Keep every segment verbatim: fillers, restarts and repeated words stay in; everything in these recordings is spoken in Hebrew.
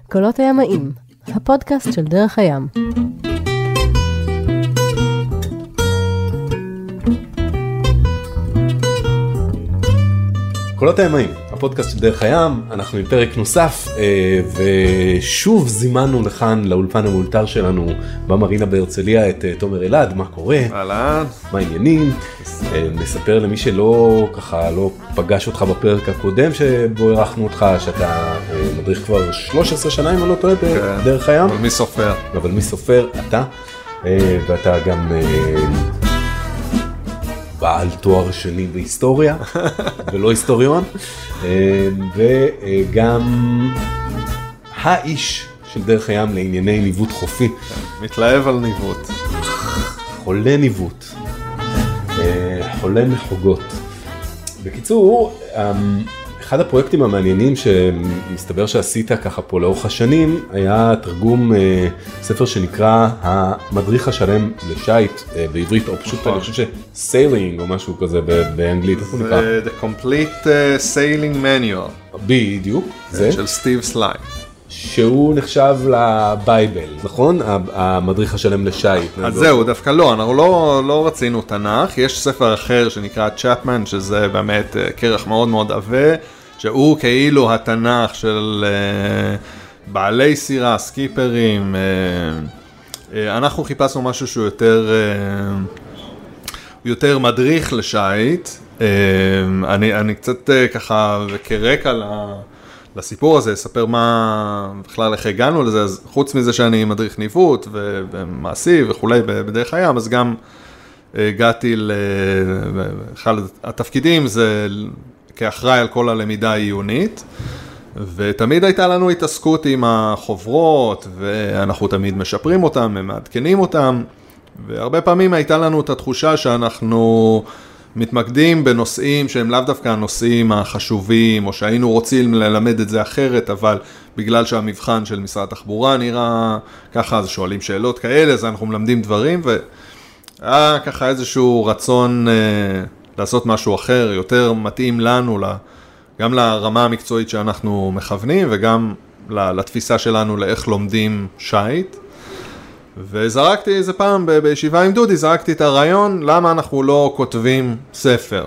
קולות הימאים, הפודקאסט של דרך הים. קולות הימאים, הפודקאסט של דרך הים, אנחנו עם פרק נוסף, ושוב זימנו לכאן לאולפן המאולתר שלנו במרינה בהרצליה את תומר אלעד. מה קורה? אהלן. מה העניינים? נספר למי שלא ככה לא פגש אותך בפרק הקודם שבו ערכנו אותך, שאתה מדריך כבר שלוש עשרה שנה אם אני לא טועה בדרך הים. אבל מי סופר? אבל מי סופר? אתה. ואתה גם בעל תואר שני בהיסטוריה, ולא היסטוריון, וגם האיש של דרך הים לענייני ניווט חופי. מתלהב על ניווט. חולה ניווט. חולה מחוגות. בקיצור, אחד הפרויקטים המעניינים שמסתבר שעשית ככה פה לאורך השנים, היה תרגום ספר שנקרא המדריך השלם לשייט בעברית, או פשוט אני חושב ש-Sailing או משהו כזה באנגלית. זה The Complete Sailing Manual. בדיוק. זה של סטיב סליי. שהוא נחשב לבייבל, נכון? המדריך השלם לשייט. אז זהו, דווקא לא, אנחנו לא, לא רצינו תנ"ך, יש ספר אחר שנקרא צ'אפמן, שזה באמת כרך מאוד מאוד עבה, שהוא כאילו התנ"ך של uh, בעלי סירה, סקיפרים, uh, uh, אנחנו חיפשנו משהו שהוא יותר, uh, יותר מדריך לשייט, uh, אני, אני קצת uh, ככה כרקע ל... לסיפור הזה, אספר מה בכלל איך הגענו לזה, אז חוץ מזה שאני מדריך ניווט ומעשי וכולי בדרך הים, אז גם הגעתי לאחד התפקידים, זה כאחראי על כל הלמידה העיונית, ותמיד הייתה לנו התעסקות עם החוברות, ואנחנו תמיד משפרים אותם, מעדכנים אותם, והרבה פעמים הייתה לנו את התחושה שאנחנו מתמקדים בנושאים שהם לאו דווקא הנושאים החשובים, או שהיינו רוצים ללמד את זה אחרת, אבל בגלל שהמבחן של משרד התחבורה נראה ככה, אז שואלים שאלות כאלה, אז אנחנו מלמדים דברים, והיה ככה איזשהו רצון אה, לעשות משהו אחר, יותר מתאים לנו, גם לרמה המקצועית שאנחנו מכוונים, וגם לתפיסה שלנו לאיך לומדים שייט. וזרקתי איזה פעם בישיבה עם דודי, זרקתי את הרעיון, למה אנחנו לא כותבים ספר.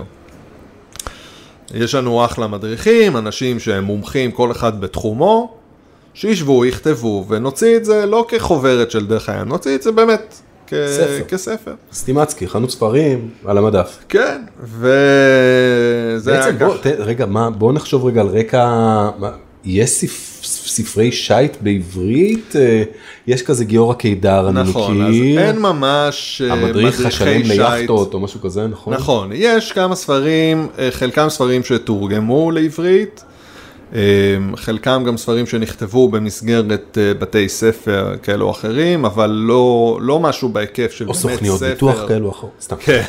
יש לנו אחלה מדריכים, אנשים שהם מומחים, כל אחד בתחומו, שישבו, יכתבו, ונוציא את זה לא כחוברת של דרך הים, נוציא את זה באמת כ... כספר. סטימצקי, חנות ספרים, על המדף. כן, וזה היה כך. בוא, ת... רגע, מה, בוא נחשוב רגע על רקע... מה... יש ספ... ספרי שייט בעברית, יש כזה גיורא קידר, אני מכיר. נכון, אז אין ממש המדריך השלם ליאכטות או משהו כזה, נכון? נכון, יש כמה ספרים, חלקם ספרים שתורגמו לעברית, חלקם גם ספרים שנכתבו במסגרת בתי ספר כאלו או אחרים, אבל לא, לא משהו בהיקף של באמת ספר. או סוכניות ביטוח כאלו או אחר, סתם. כן.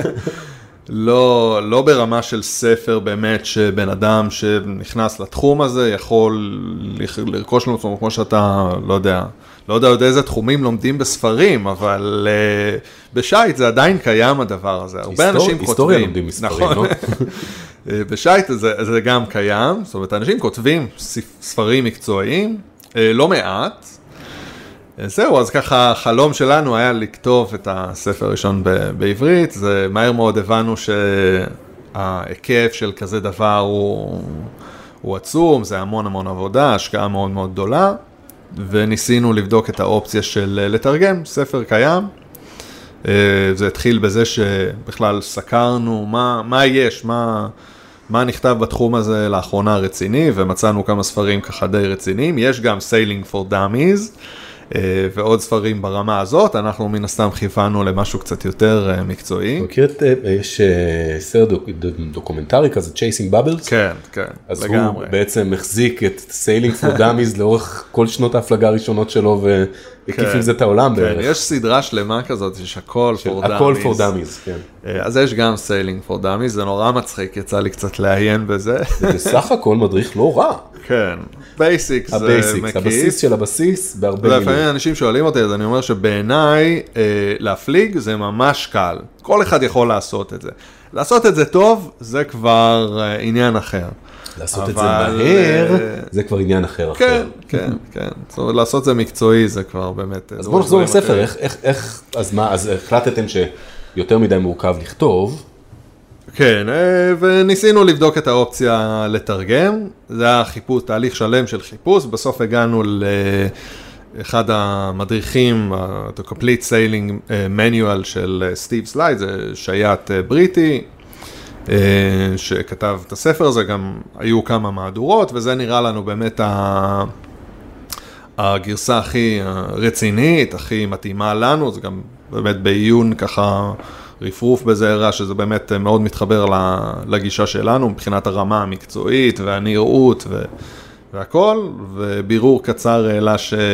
לא, לא ברמה של ספר באמת שבן אדם שנכנס לתחום הזה יכול לרכוש לו, כמו שאתה לא יודע, לא יודע עוד איזה תחומים לומדים בספרים, אבל uh, בשייט זה עדיין קיים הדבר הזה. הרבה היסטור, אנשים היסטוריה כותבים. לומדים מספרים, נכון. לא? בשייט זה, זה גם קיים, זאת אומרת, אנשים כותבים ספרים מקצועיים, לא מעט, זהו, אז ככה החלום שלנו היה לכתוב את הספר הראשון ב- בעברית, זה מהר מאוד הבנו שההיקף של כזה דבר הוא, הוא עצום, זה המון המון עבודה, השקעה מאוד מאוד גדולה, וניסינו לבדוק את האופציה של לתרגם ספר קיים. זה התחיל בזה שבכלל סקרנו מה, מה יש, מה, מה נכתב בתחום הזה לאחרונה רציני, ומצאנו כמה ספרים ככה די רציניים, יש גם Sailing for Dummies, ועוד ספרים ברמה הזאת, אנחנו מן הסתם חיפנו למשהו קצת יותר מקצועי. מכירת, יש סרט דוקומנטרי כזה, Chasing Bubbles? כן, כן, אז לגמרי. הוא בעצם החזיק את Sailing for Dummies לאורך כל שנות ההפלגה הראשונות שלו, והקיף עם זה את העולם בערך. כן, יש סדרה שלמה כזאת, יש הכל for Dummies. הכל for Dummies, כן. אז יש גם Sailing for Dummies, זה נורא מצחיק, יצא לי קצת לעיין בזה. בסך הכל מדריך לא רע. כן, בייסיקס, הבייסיקס, הבסיס של הבסיס, בהרבה מילים. לפעמים אנשים שואלים אותי, אז אני אומר שבעיניי להפליג זה ממש קל. כל אחד יכול לעשות את זה. לעשות את זה טוב, זה כבר עניין אחר. לעשות את זה מהר, זה כבר עניין אחר. כן, כן, כן. זאת אומרת, לעשות את זה מקצועי, זה כבר באמת... אז בואו נחזור לספר, איך, אז מה, אז החלטתם שיותר מדי מורכב לכתוב? כן, וניסינו לבדוק את האופציה לתרגם, זה היה חיפוש, תהליך שלם של חיפוש, בסוף הגענו לאחד המדריכים, The Complete Sailing Manual של סטיב סלייד, זה שייט בריטי, שכתב את הספר הזה, גם היו כמה מהדורות, וזה נראה לנו באמת הגרסה הכי רצינית, הכי מתאימה לנו, זה גם באמת בעיון ככה רפרוף בזה הראה, שזה באמת מאוד מתחבר לגישה שלנו, מבחינת הרמה המקצועית והנראות והכל, ובירור קצר העלה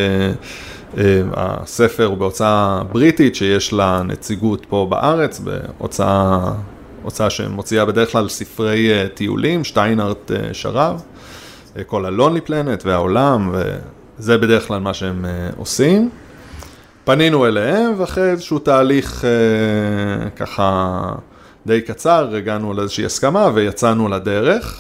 שהספר הוא בהוצאה בריטית, שיש לה נציגות פה בארץ, בהוצאה... הוצאה שמוציאה בדרך כלל ספרי טיולים, שטיינארט שרב, כל הלונלי פלנט והעולם, וזה בדרך כלל מה שהם עושים. פנינו אליהם, ואחרי איזשהו תהליך ככה די קצר, הגענו לאיזושהי הסכמה ויצאנו לדרך.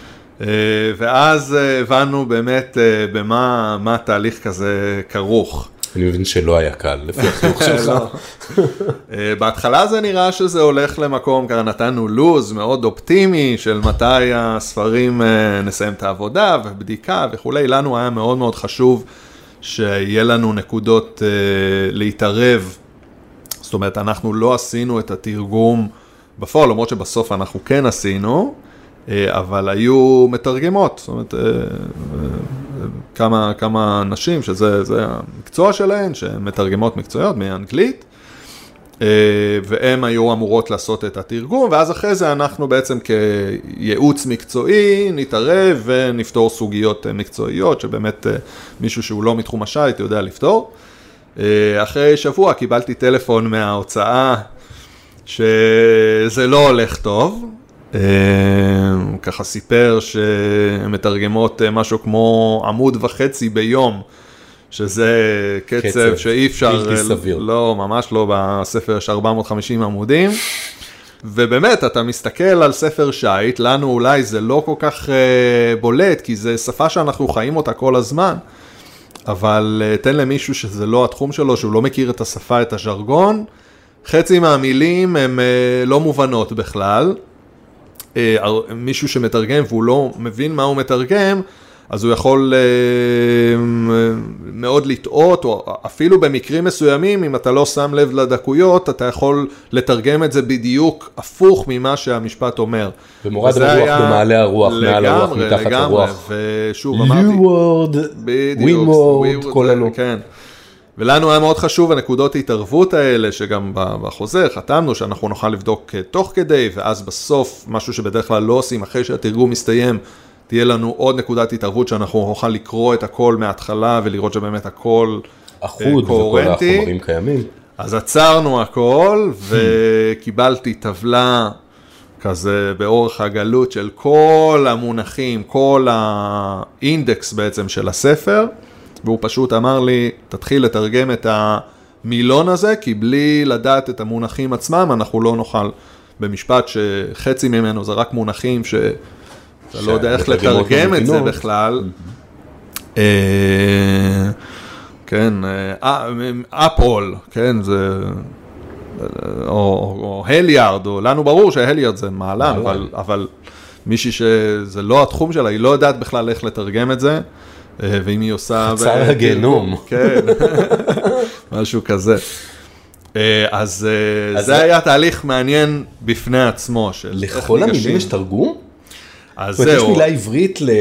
ואז הבנו באמת במה מה תהליך כזה כרוך. אני מבין שלא היה קל, לפי החיוך שלך. בהתחלה זה נראה שזה הולך למקום, כאן נתנו לוז מאוד אופטימי של מתי הספרים נסיים את העבודה ובדיקה וכולי. לנו היה מאוד מאוד חשוב שיהיה לנו נקודות להתערב. זאת אומרת, אנחנו לא עשינו את התרגום בפועל, למרות שבסוף אנחנו כן עשינו, אבל היו מתרגמות. זאת אומרת, כמה, כמה נשים, שזה זה המקצוע שלהן, שהן מתרגמות מקצועיות מאנגלית, והן היו אמורות לעשות את התרגום, ואז אחרי זה אנחנו בעצם כייעוץ מקצועי נתערב ונפתור סוגיות מקצועיות, שבאמת מישהו שהוא לא מתחום השייט יודע לפתור. אחרי שבוע קיבלתי טלפון מההוצאה שזה לא הולך טוב, ככה סיפר שמתרגמות משהו כמו עמוד וחצי ביום, שזה קצב, קצב שאי אפשר, בלתי סביר. לא, ממש לא, בספר יש ארבע מאות וחמישים עמודים, ובאמת אתה מסתכל על ספר שייט, לנו אולי זה לא כל כך בולט, כי זה שפה שאנחנו חיים אותה כל הזמן, אבל תן למישהו שזה לא התחום שלו, שהוא לא מכיר את השפה, את הז'רגון, חצי מהמילים הן לא מובנות בכלל, מישהו שמתרגם והוא לא מבין מה הוא מתרגם, אז הוא יכול מאוד לטעות, או אפילו במקרים מסוימים, אם אתה לא שם לב לדקויות, אתה יכול לתרגם את זה בדיוק הפוך ממה שהמשפט אומר. ומורד הרוח במעלה הרוח, מעל הרוח, מתחת הרוח. ושוב, אמרתי... U-word, We-word, כל אלו. כן. ולנו היה מאוד חשוב הנקודות ההתערבות האלה, שגם בחוזר חתמנו שאנחנו נוכל לבדוק תוך כדי, ואז בסוף, משהו שבדרך כלל לא עושים, אחרי שהתרגום מסתיים, תהיה לנו עוד נקודת התערבות שאנחנו נוכל לקרוא את הכל מההתחלה, ולראות שבאמת הכל אחוד וכל החומרים קיימים. אז עצרנו הכל, וקיבלתי טבלה כזה באורך הגלות של כל המונחים, כל האינדקס בעצם של הספר, והוא פשוט אמר לי, תתחיל לתרגם את המילון הזה, כי בלי לדעת את המונחים עצמם, אנחנו לא נוכל במשפט שחצי ממנו זה רק מונחים ש... אתה לא יודע איך לתרגם את זה בכלל. כן, אפול, כן, זה... או הליארד, או לנו ברור שההליארד זה מעלן, אבל מישהי שזה לא התחום שלה, היא לא יודעת בכלל איך לתרגם את זה, ואם היא עושה... חצר הגנום. כן, משהו כזה. אז זה היה תהליך מעניין בפני עצמו. לכל המילים יש תרגום? אז זהו. יש מילה עברית ל...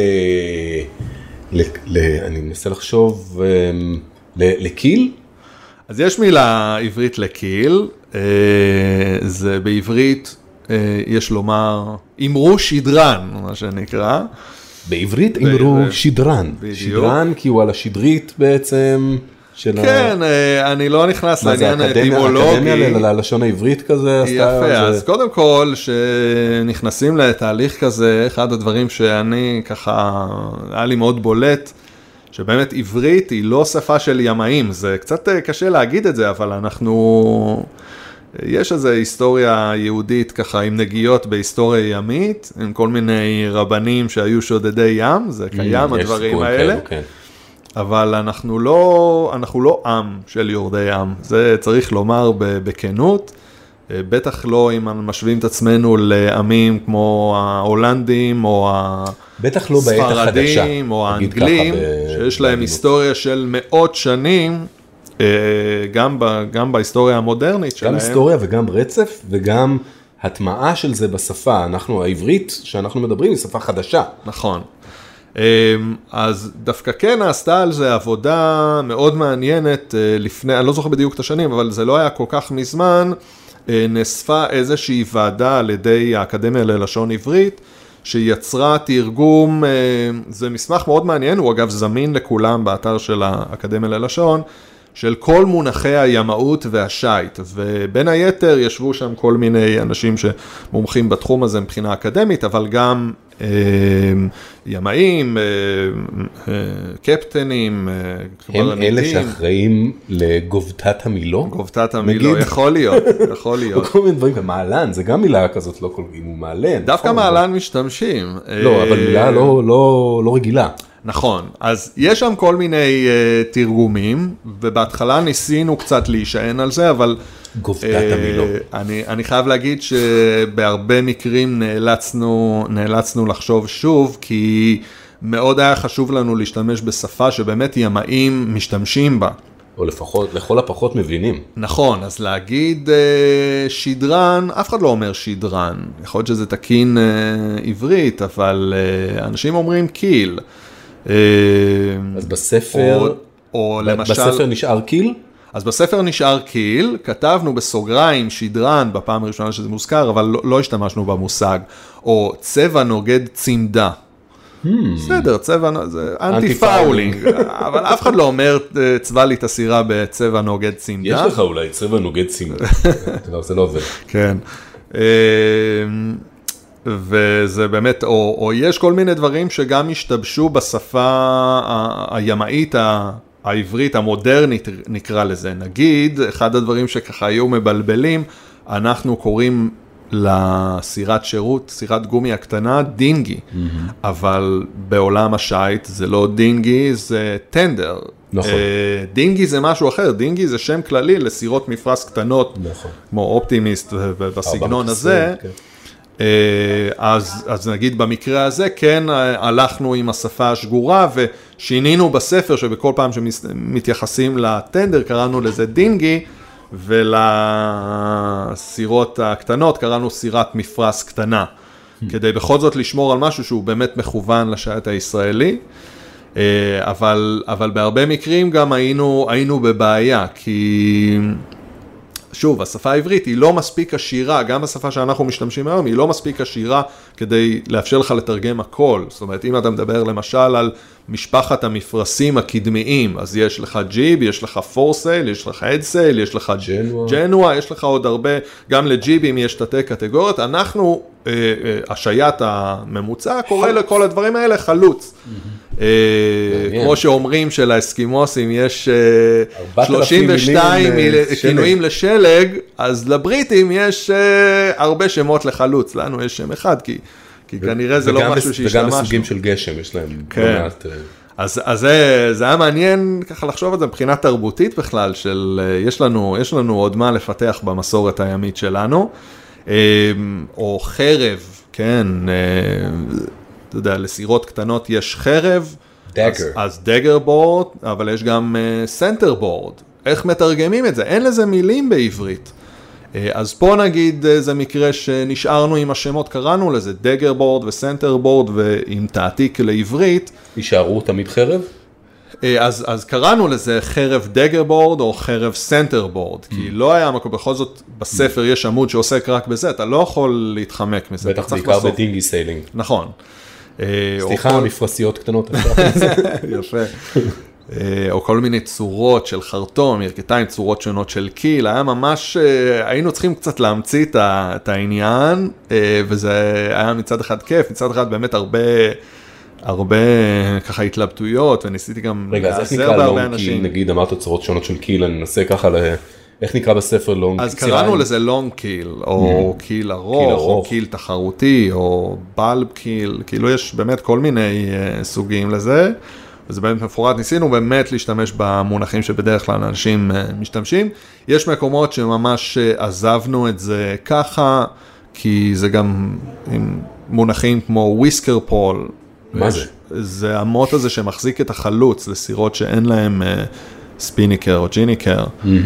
אני מנסה לחשוב, לקיל? אז יש מילה עברית לקיל, זה בעברית, יש לומר, אמרו שדרן, מה שנקרא. בעברית אמרו שדרן. שדרן כי הוא על השדרית בעצם. כן, אני לא נכנס לעניין האטימולוגי. אקדמיה ללשון העברית כזה. יפה, אז קודם כל, שנכנסים לתהליך כזה, אחד הדברים שאני ככה, היה לי מאוד בולט, שבאמת עברית היא לא שפה של ימאים, זה קצת קשה להגיד את זה, אבל אנחנו יש איזו היסטוריה יהודית ככה עם נגיעות בהיסטוריה ימית, עם כל מיני רבנים שהיו שודדי ים, זה קיים הדברים האלה. אבל אנחנו לא, אנחנו לא עם של יורדי ים, זה צריך לומר בכנות, בטח לא אם משווים את עצמנו לעמים כמו ההולנדים או הספרדים או האנגלים, שיש להם היסטוריה של מאות שנים, גם, ב, גם בהיסטוריה המודרנית שלהם. גם היסטוריה וגם רצף וגם הטמעה של זה בשפה. אנחנו, העברית שאנחנו מדברים היא שפה חדשה. נכון. אז דווקא כן נעשתה על זה עבודה מאוד מעניינת לפני, אני לא זוכר בדיוק את השנים, אבל זה לא היה כל כך מזמן, נאספה איזושהי ועדה על ידי האקדמיה ללשון עברית, שיצרה תרגום, זה מסמך מאוד מעניין, הוא אגב זמין לכולם באתר של האקדמיה ללשון, של כל מונחי הימאות והשייט, ובין היתר ישבו שם כל מיני אנשים שמומחים בתחום הזה מבחינה אקדמית, אבל גם אה, ימאים, אה, אה, קפטנים, אה, הם אלה שאחראים לגובתת המילו? גובתת המילו, יכול להיות, יכול להיות. או כל מיני דברים, ומעלן, זה גם מילה כזאת, לא כל אם הוא מעלן. דווקא מעלן משתמשים. לא, אבל מילה לא, לא, לא רגילה. נכון, אז יש שם כל מיני uh, תרגומים, ובהתחלה ניסינו קצת להישען על זה, אבל גובתת uh, המילו. אני, אני חייב להגיד שבהרבה מקרים נאלצנו, נאלצנו לחשוב שוב, כי מאוד היה חשוב לנו להשתמש בשפה שבאמת ימאים משתמשים בה. או לפחות, לכל הפחות מבינים. נכון, אז להגיד uh, שדרן, אף אחד לא אומר שדרן, יכול להיות שזה תקין uh, עברית, אבל uh, אנשים אומרים קיל. אז בספר, או, או למשל, בספר נשאר קיל? אז בספר נשאר קיל, כתבנו בסוגריים שדרן, בפעם הראשונה שזה מוזכר, אבל לא, לא השתמשנו במושג, או צבע נוגד צמדה. Hmm. בסדר, צבע, זה אנטי פאולינג, אבל אף אחד לא אומר צבע לי את הסירה בצבע נוגד צמדה. יש לך אולי צבע נוגד צמדה, זה לא עובד. כן. וזה באמת, או, או יש כל מיני דברים שגם השתבשו בשפה הימאית, העברית, המודרנית נקרא לזה. נגיד, אחד הדברים שככה היו מבלבלים, אנחנו קוראים לסירת שירות, סירת גומי הקטנה, דינגי. Mm-hmm. אבל בעולם השייט זה לא דינגי, זה טנדר. נכון. דינגי זה משהו אחר, דינגי זה שם כללי לסירות מפרס קטנות, נכון. כמו אופטימיסט בסגנון הזה. כן. אז, אז נגיד במקרה הזה כן הלכנו עם השפה השגורה ושינינו בספר שבכל פעם שמתייחסים לטנדר קראנו לזה דינגי ולסירות הקטנות קראנו סירת מפרס קטנה כדי בכל זאת לשמור על משהו שהוא באמת מכוון לשייט הישראלי אבל, אבל בהרבה מקרים גם היינו, היינו בבעיה כי שוב, השפה העברית היא לא מספיק עשירה, גם בשפה שאנחנו משתמשים היום, היא לא מספיק עשירה כדי לאפשר לך לתרגם הכל. זאת אומרת, אם אתה מדבר למשל על משפחת המפרסים הקדמיים, אז יש לך ג'יב, יש לך פורסייל, יש לך הדסייל, יש לך ג'נואה, ג'נואה, יש לך עוד הרבה, גם לג'יבים יש תתי קטגוריות. אנחנו, אה, אה, השייט הממוצע, קורא לכל הדברים האלה חלוץ. Mm-hmm. אה, כמו שאומרים של האסקימוסים, יש אה, שלושים ושתיים כינויים לשלג, אז לבריטים יש אה, הרבה שמות לחלוץ. לנו יש שם אחד, כי... כי כנראה זה לא משהו שהשתמשנו. וגם בסוגים של גשם, יש להם מעט... אז, אז זה, זה היה מעניין ככה לחשוב על זה מבחינה תרבותית בכלל, של יש לנו, יש לנו עוד מה לפתח במסורת הימית שלנו, או חרב, כן, אתה יודע, לסירות קטנות יש חרב, דגר. אז, אז דגר בורד, אבל יש גם סנטר בורד. איך מתרגמים את זה? אין לזה מילים בעברית. אז פה נגיד זה מקרה שנשארנו עם השמות, קראנו לזה דגר בורד וסנטר בורד ועם תעתיק לעברית. נשארו תמיד חרב? אז, אז קראנו לזה חרב דגר בורד או חרב סנטר בורד, mm. כי לא היה מקום, בכל זאת בספר mm. יש עמוד שעוסק רק בזה, אתה לא יכול להתחמק מזה. בטח בעיקר בדינגי סיילינג. נכון. סליחה, כל... מפרסיות קטנות. יפה. או כל מיני צורות של חרטום, ירכתיים, צורות שונות של קיל, היה ממש, היינו צריכים קצת להמציא את העניין, וזה היה מצד אחד כיף, מצד אחד באמת הרבה, הרבה ככה התלבטויות, וניסיתי גם רגע, אז איך נקרא לונג קיל, נגיד אמרת צורות שונות של קיל, אני אנסה ככה איך נקרא בספר לונג? אז קראנו לזה לונג קיל, או קיל ארוך, או קיל תחרותי, או בלב קיל, כאילו יש באמת כל מיני סוגים לזה, וזה באמת מפורט, ניסינו באמת להשתמש במונחים שבדרך כלל אנשים משתמשים, יש מקומות שממש עזבנו את זה ככה, כי זה גם עם מונחים כמו וויסקר פול. מה זה? זה המוט הזה שמחזיק את החלוץ לסירות שאין להם ספיניקר או ג'יניקר,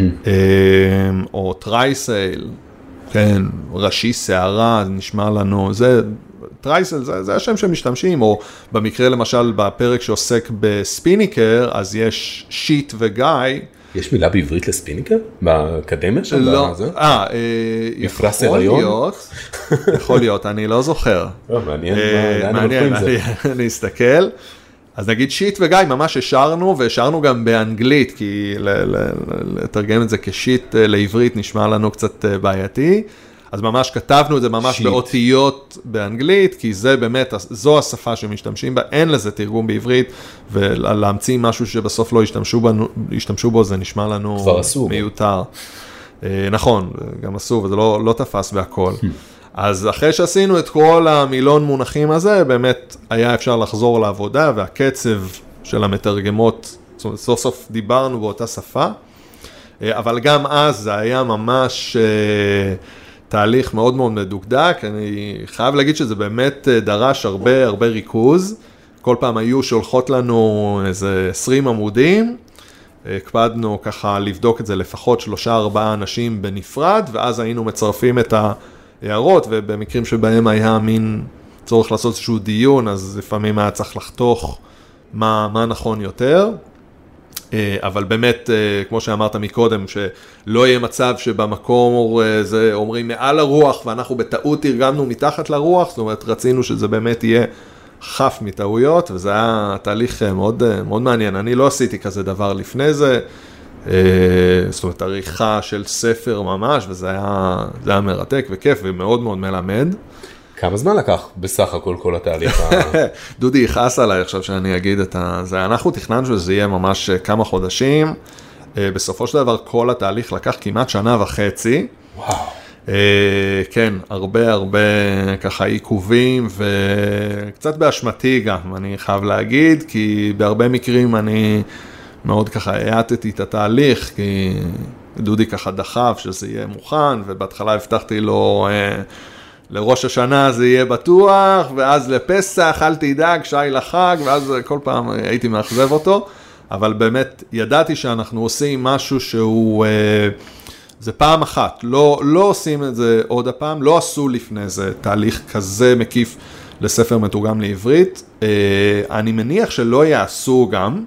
או טרייסייל, כן, ראשי שערה, נשמע לנו, זה, טרייסייל, זה, זה השם שמשתמשים, או במקרה למשל בפרק שעוסק בספיניקר, אז יש שיט וגיא. יש מילה בעברית לספיניקר? באקדמיה שם? לא, אה, יכול להיות, יכול להיות, אני לא זוכר. מעניין, מעניין, אני אסתכל. אז נגיד שיט וגיא ממש השארנו, והשארנו גם באנגלית, כי לתרגם את זה כשיט לעברית נשמע לנו קצת בעייתי, אז ממש כתבנו את זה ממש באותיות באנגלית, כי זה באמת, זו השפה שמשתמשים בה, אין לזה תרגום בעברית, ולהמציא משהו שבסוף לא ישתמשו בו, ישתמשו בו זה נשמע לנו מיותר. נכון, גם עשו, וזה לא, לא תפס בהכל. אז אחרי שעשינו את כל המילון מונחים הזה, באמת היה אפשר לחזור לעבודה, והקצב של המתרגמות, זאת אומרת, סוף סוף דיברנו באותה שפה, אבל גם אז זה היה ממש תהליך מאוד מאוד מדוקדק, אני חייב להגיד שזה באמת דרש הרבה הרבה ריכוז, כל פעם היו שולחות לנו איזה עשרים עמודים, הקפדנו ככה לבדוק את זה לפחות שלושה ארבעה אנשים בנפרד, ואז היינו מצרפים את הערות, ובמקרים שבהם היה מין צורך לעשות איזשהו דיון, אז לפעמים היה צריך לחתוך מה, מה נכון יותר. אבל באמת, כמו שאמרת מקודם, שלא יהיה מצב שבמקום זה אומרים מעל הרוח, ואנחנו בטעות תרגמנו מתחת לרוח, זאת אומרת, רצינו שזה באמת יהיה חף מטעויות, וזה היה תהליך מאוד, מאוד מעניין. אני לא עשיתי כזה דבר לפני זה, זאת אומרת, עריכה של ספר ממש, וזה היה, זה היה מרתק וכיף ומאוד מאוד מלמד. כמה זמן לקח בסך הכל כל התהליך? דודי יכעס עליי עכשיו שאני אגיד את זה. אנחנו תכננו שזה יהיה ממש כמה חודשים. בסופו של דבר כל התהליך לקח כמעט שנה וחצי. וואו. כן, הרבה הרבה ככה עיכובים וקצת באשמתי גם, אני חייב להגיד, כי בהרבה מקרים אני מאוד ככה העטתי את התהליך, כי דודי ככה דחף שזה יהיה מוכן, ובהתחלה הבטחתי לו לראש השנה זה יהיה בטוח, ואז לפסח אל תדאג, שי לחג, ואז כל פעם הייתי מאכזב אותו, אבל באמת ידעתי שאנחנו עושים משהו שהוא, זה פעם אחת, לא, לא עושים את זה עוד הפעם, לא עשו לפני זה תהליך כזה מקיף לספר מתורגם לעברית, אני מניח שלא יעשו גם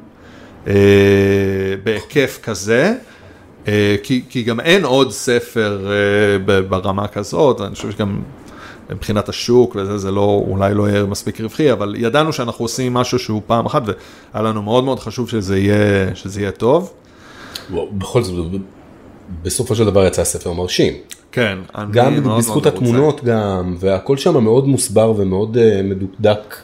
בהיקף כזה, כי, כי גם אין עוד ספר ברמה כזאת, אני חושב שגם מבחינת השוק וזה, זה לא, אולי לא יהיה מספיק רווחי, אבל ידענו שאנחנו עושים משהו שהוא פעם אחת, והיה לנו מאוד מאוד חשוב שזה יהיה, שזה יהיה טוב. בכל זאת, בסופו של דבר יצא הספר מרשים. כן, אני גם מאוד בזכות מאוד התמונות רוצה. גם, והכל שם מאוד מוסבר ומאוד מדוקדק,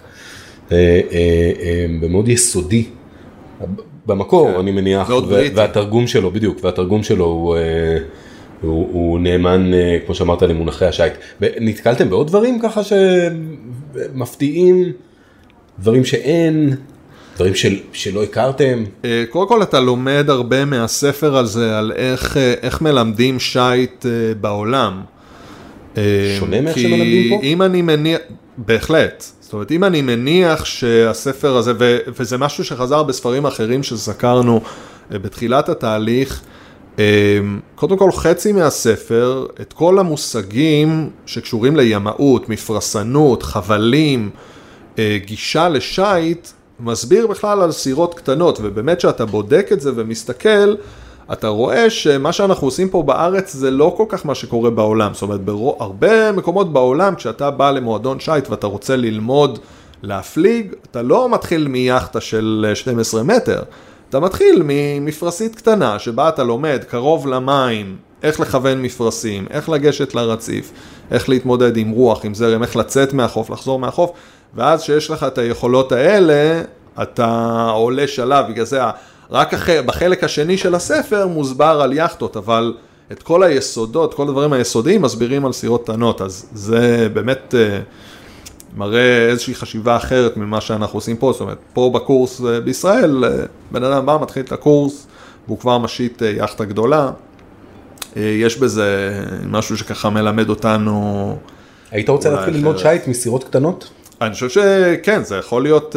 ומאוד יסודי. במקור, כן. אני מניח, והתרגום שלו, בדיוק, והתרגום שלו הוא, הוא, הוא נאמן, כמו שאמרת, למונחי השייט. נתקלתם בעוד דברים ככה שמפתיעים, דברים שאין, דברים של, שלא הכרתם? קודם כל אתה לומד הרבה מהספר הזה, על איך, איך מלמדים שייט בעולם. שונה מאיך שמלמדים פה? אם אני מניח, בהחלט. זאת אומרת, אם אני מניח שהספר הזה, ו- וזה משהו שחזר בספרים אחרים שזכרנו בתחילת התהליך, קודם כל חצי מהספר, את כל המושגים שקשורים לימאות, מפרסנות, חבלים, גישה לשייט, מסביר בכלל על סירות קטנות, ובאמת שאתה בודק את זה ומסתכל, אתה רואה שמה שאנחנו עושים פה בארץ זה לא כל כך מה שקורה בעולם. זאת אומרת, בהרבה מקומות בעולם, כשאתה בא למועדון שייט ואתה רוצה ללמוד להפליג, אתה לא מתחיל מיחטה של שנים עשר מטר, אתה מתחיל ממפרסית קטנה, שבה אתה לומד קרוב למים, איך לכוון מפרסים, איך לגשת לרציף, איך להתמודד עם רוח, עם זרם, איך לצאת מהחוף, לחזור מהחוף, ואז שיש לך את היכולות האלה, אתה עולה שלב, בגלל זה רק אחרי, בחלק השני של הספר מוסבר על יחטות, אבל את כל היסודות, כל הדברים היסודיים מסבירים על סירות קטנות, אז זה באמת מראה איזושהי חשיבה אחרת ממה שאנחנו עושים פה, זאת אומרת, פה בקורס בישראל, בן אדם בא, מתחיל את הקורס, והוא כבר משיט יחטה גדולה, יש בזה משהו שככה מלמד אותנו. היית רוצה להתחיל ללמוד שייט מסירות קטנות? אני חושב שכן, זה יכול להיות,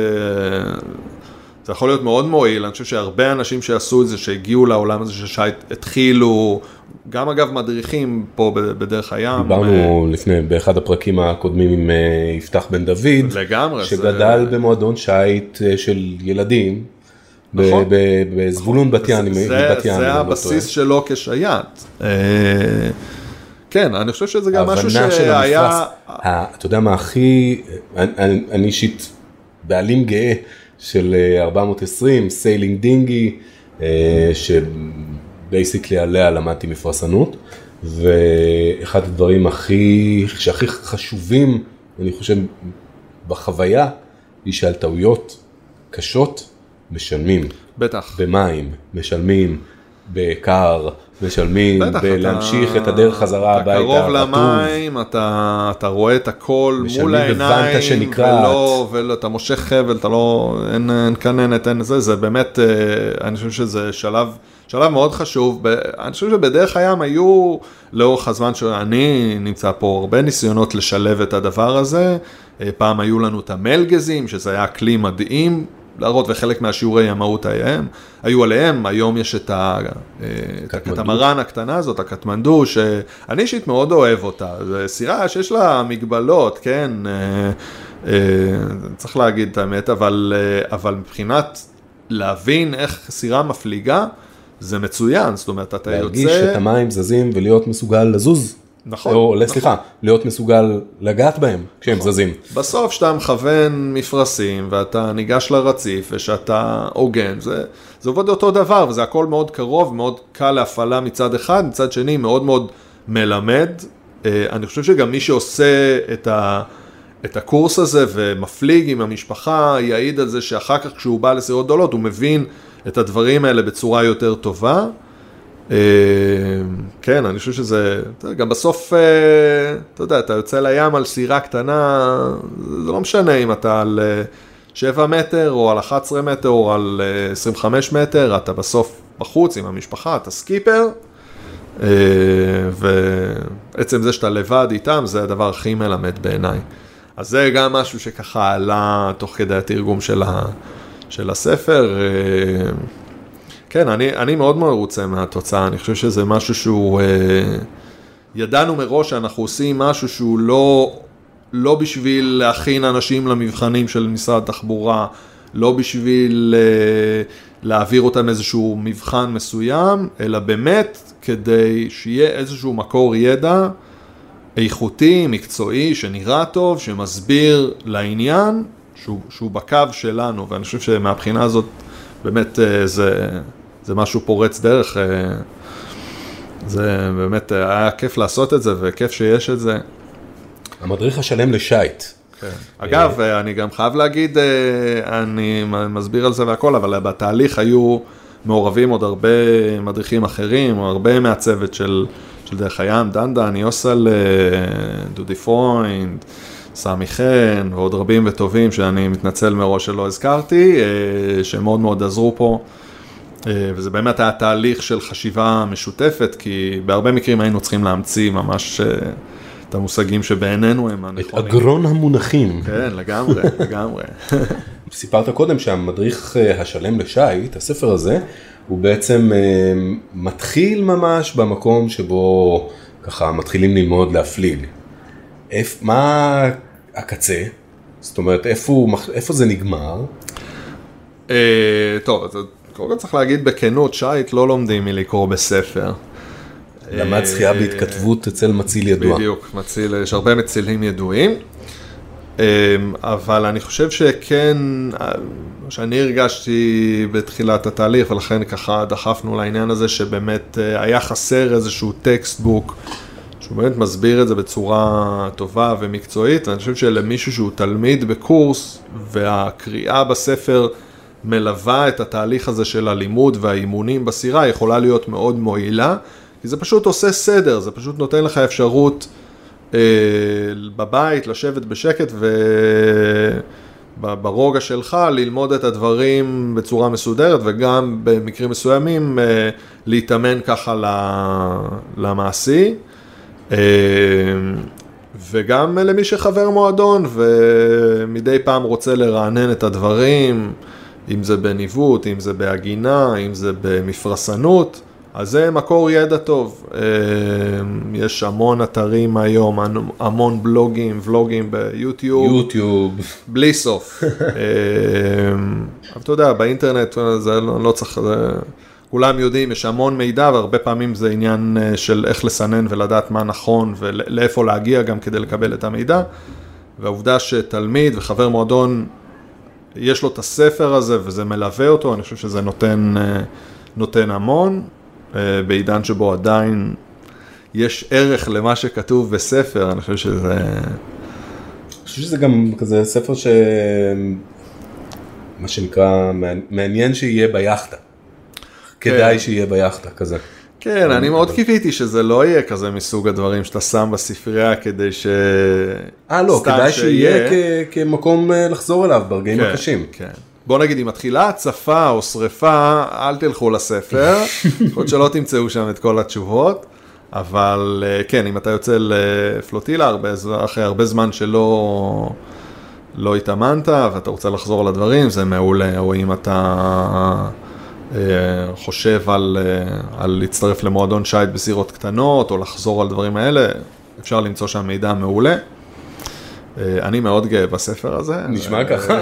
זה יכול להיות מאוד מועיל, אני חושב שהרבה אנשים שעשו את זה, שהגיעו לעולם הזה ששייט התחילו, גם אגב מדריכים פה בדרך הים. דיברנו לפני, באחד הפרקים הקודמים עם יפתח בן דוד, לגמרי. שגדל במועדון שייט של ילדים, בזבולון בת ים. זה הבסיס שלו כשייט. כן, אני חושב שזה גם משהו שהיה... אתה יודע מה הכי... אני אישית בעלים גאה של ארבע מאות ועשרים, סיילינג דינגי, שבייסיקלי עליה למדתי מפרסנות, ואחד הדברים הכי, שהכי חשובים, אני חושב, בחוויה, היא שעל טעויות קשות משלמים. בטח. במים, משלמים, בקר, משלמים, בלהמשיך את הדרך חזרה הביתה. אתה קרוב למים, אתה, אתה רואה את הכל מול העיניים, ולא, ואתה מושך חבל, אתה לא, אין, אין כננת, אין זה, זה באמת, אני חושב שזה שלב, שלב מאוד חשוב. אני חושב שבדרך הים היו, לאורך הזמן שאני נמצא פה, הרבה ניסיונות לשלב את הדבר הזה. פעם היו לנו את המלגזים, שזה היה כלי מדהים, להראות, וחלק מהשיעורי המהות ההם, היו עליהם, היום יש את הקטמרן הקטנה הזאת, הקטמנדו, שאני אישית מאוד אוהב אותה, זו סירה שיש לה מגבלות, כן, צריך להגיד את האמת, אבל, אבל מבחינת להבין איך סירה מפליגה, זה מצוין, זאת אומרת, אתה יוצא... להרגיש את המים זזים ולהיות מסוגל לזוז. נכון. או, סליחה, להיות מסוגל לגעת בהם כשהם זזים. בסוף שאתה מכוון מפרסים ואתה ניגש לרציף ושאתה עוגן, זה, זה עובד אותו דבר, וזה הכל מאוד קרוב, מאוד קל להפעלה מצד אחד, מצד שני מאוד מאוד מלמד. אני חושב שגם מי שעושה את, ה, את הקורס הזה ומפליג עם המשפחה, יעיד על זה שאחר כך כשהוא בא לסירות גדולות, הוא מבין את הדברים האלה בצורה יותר טובה. כן, אני חושב שזה, גם בסוף, אתה יודע, אתה יוצא לים על סירה קטנה, זה לא משנה אם אתה על שבע מטר, או על אחת עשרה מטר, או על עשרים וחמש מטר, אתה בסוף בחוץ עם המשפחה, אתה סקיפר, ועצם זה שאתה לבד איתם, זה הדבר הכי מלמד בעיניי. אז זה גם משהו שככה עלה תוך כדי התרגום של, ה, של הספר. כן, אני, אני מאוד מאוד רוצה מהתוצאה, אני חושב שזה משהו שהוא, ידענו מראש שאנחנו עושים משהו שהוא לא, לא בשביל להכין אנשים למבחנים של משרד התחבורה, לא בשביל להעביר אותם איזשהו מבחן מסוים, אלא באמת כדי שיהיה איזשהו מקור ידע איכותי, מקצועי, שנראה טוב, שמסביר לעניין, שהוא, שהוא בקו שלנו, ואני חושב שמהבחינה הזאת באמת זה, זה משהו פורץ דרך, זה באמת היה כיף לעשות את זה, וכיף שיש את זה. המדריך השלם לשייט. כן. אגב, אני גם חייב להגיד, אני מסביר על זה והכל, אבל בתהליך היו מעורבים עוד הרבה מדריכים אחרים, או הרבה מהצוות של, של דרך הים, דנדן, יוסל, דודי פרוינד, סמי חן, ועוד רבים וטובים שאני מתנצל מראש שלא הזכרתי, שמאוד מאוד עזרו פה, וזה באמת היה תהליך של חשיבה משותפת, כי בהרבה מקרים היינו צריכים להמציא ממש את המושגים שבעינינו הם הנכונים. את אגרון המונחים. כן, לגמרי, לגמרי. סיפרת קודם שהמדריך השלם לשייט, הספר הזה, הוא בעצם מתחיל ממש במקום שבו ככה מתחילים ללמוד להפליג. מה הקצה? זאת אומרת, איפה, איפה זה נגמר? טוב, אז קודם כל צריך להגיד בכנות, שייט לא לומדים מלקרוא בספר. למד שחייה בהתכתבות אצל מציל ידוע. בדיוק, מציל, יש הרבה מצילים ידועים. אבל אני חושב שכן, שאני הרגשתי בתחילת התהליך, ולכן ככה דחפנו לעניין הזה שבאמת היה חסר איזשהו טקסטבוק, שהוא באמת מסביר את זה בצורה טובה ומקצועית. אני חושב שלמישהו שהוא תלמיד בקורס, והקריאה בספר מלווה את התהליך הזה של הלימוד והאימונים בסירה, יכולה להיות מאוד מועילה, כי כי זה פשוט עושה סדר, זה פשוט נותן לך אפשרות אה, בבית, לשבת בשקט וברוגע שלך, ללמוד את הדברים בצורה מסודרת, וגם במקרים מסוימים אה, להתאמן ככה למעשי. אה, וגם למי שחבר מועדון ומדי פעם רוצה לרענן את הדברים, אם זה בניווט, אם זה בהגינה, אם זה במפרסנות, אז זה מקור ידע טוב. יש המון אתרים היום, המון בלוגים, ולוגים ביוטיוב. יוטיוב. בלי סוף. אבל אתה יודע, באינטרנט זה לא צריך... כולם יודעים, יש המון מידע, והרבה פעמים זה עניין של איך לסנן ולדעת מה נכון, ולאיפה להגיע גם כדי לקבל את המידע. והעובדה שתלמיד וחבר מועדון, יש לו את הספר הזה, וזה מלווה אותו, אני חושב שזה נותן, נותן המון, בעידן שבו עדיין יש ערך למה שכתוב בספר, אני חושב שזה... אני חושב שזה גם כזה ספר ש... מה שנקרא, מעניין שיהיה ביחדה. כדאי שיהיה ביחדה כזה. כן, אני מאוד קיוויתי שזה לא יהיה כזה מסוג הדברים שאתה שם בספרייה כדי ש... אה, לא, כדאי שיהיה כמקום לחזור אליו ברגעים הקשים. כן. בוא נגיד, אם מתחילה הצפה או שריפה, אל תלכו לספר, עוד שלא תמצאו שם את כל התשובות, אבל כן, אם אתה יוצא לפלוטילה אחרי הרבה זמן שלא לא התאמנת, ואתה רוצה לחזור לדברים, זה מעולה, או אם אתה... חושב על, על להצטרף למועדון שייט בסירות קטנות, או לחזור על דברים האלה, אפשר למצוא שם מידע מעולה. אני מאוד גאה בספר הזה. נשמע ככה.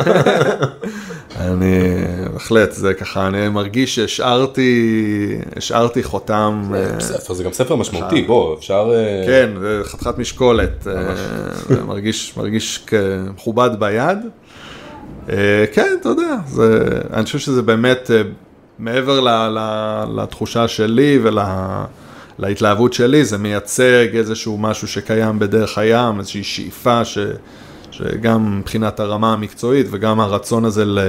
אני, בהחלט, זה ככה, אני מרגיש שהשארתי, השארתי חותם. ספר, זה גם ספר משמעותי, בוא, אפשר... כן, זה חתיכת משקולת, מרגיש, מרגיש כמכובד ביד. כן, אתה יודע, זה, אני חושב שזה באמת... מעבר ל, ל, לתחושה שלי ולהתלהבות שלי, זה מייצג איזשהו משהו שקיים בדרך הים, איזושהי שאיפה ש, שגם מבחינת הרמה המקצועית וגם הרצון הזה ל,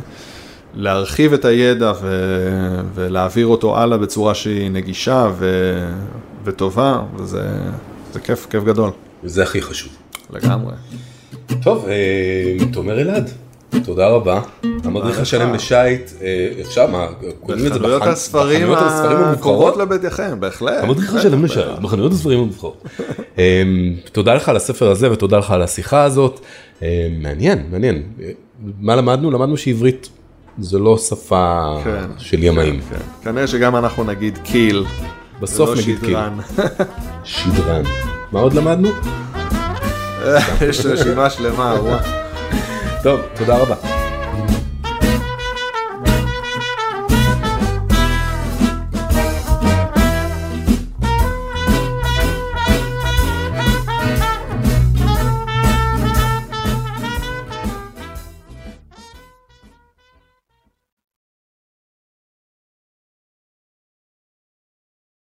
להרחיב את הידע ו, ולהעביר אותו הלאה בצורה שהיא נגישה ו, וטובה, וזה זה כיף, כיף גדול. וזה הכי חשוב. לגמרי. טוב, תומר אלעד. תודה רבה. המדריך השלם בשייט, אפשר מה, קוראים את זה בחנויות הספרים הקרובות לביתכם, בהחלט. המדריך השלם בשייט, בחנויות הספרים המובחרות. תודה לך על הספר הזה ותודה לך על השיחה הזאת. מעניין, מעניין. מה למדנו? למדנו שעברית זה לא שפה של ימאים. כנראה שגם אנחנו נגיד קיל. בסוף נגיד קיל. שדרן. מה עוד למדנו? יש רשימה שלמה, וואו. טוב, תודה רבה.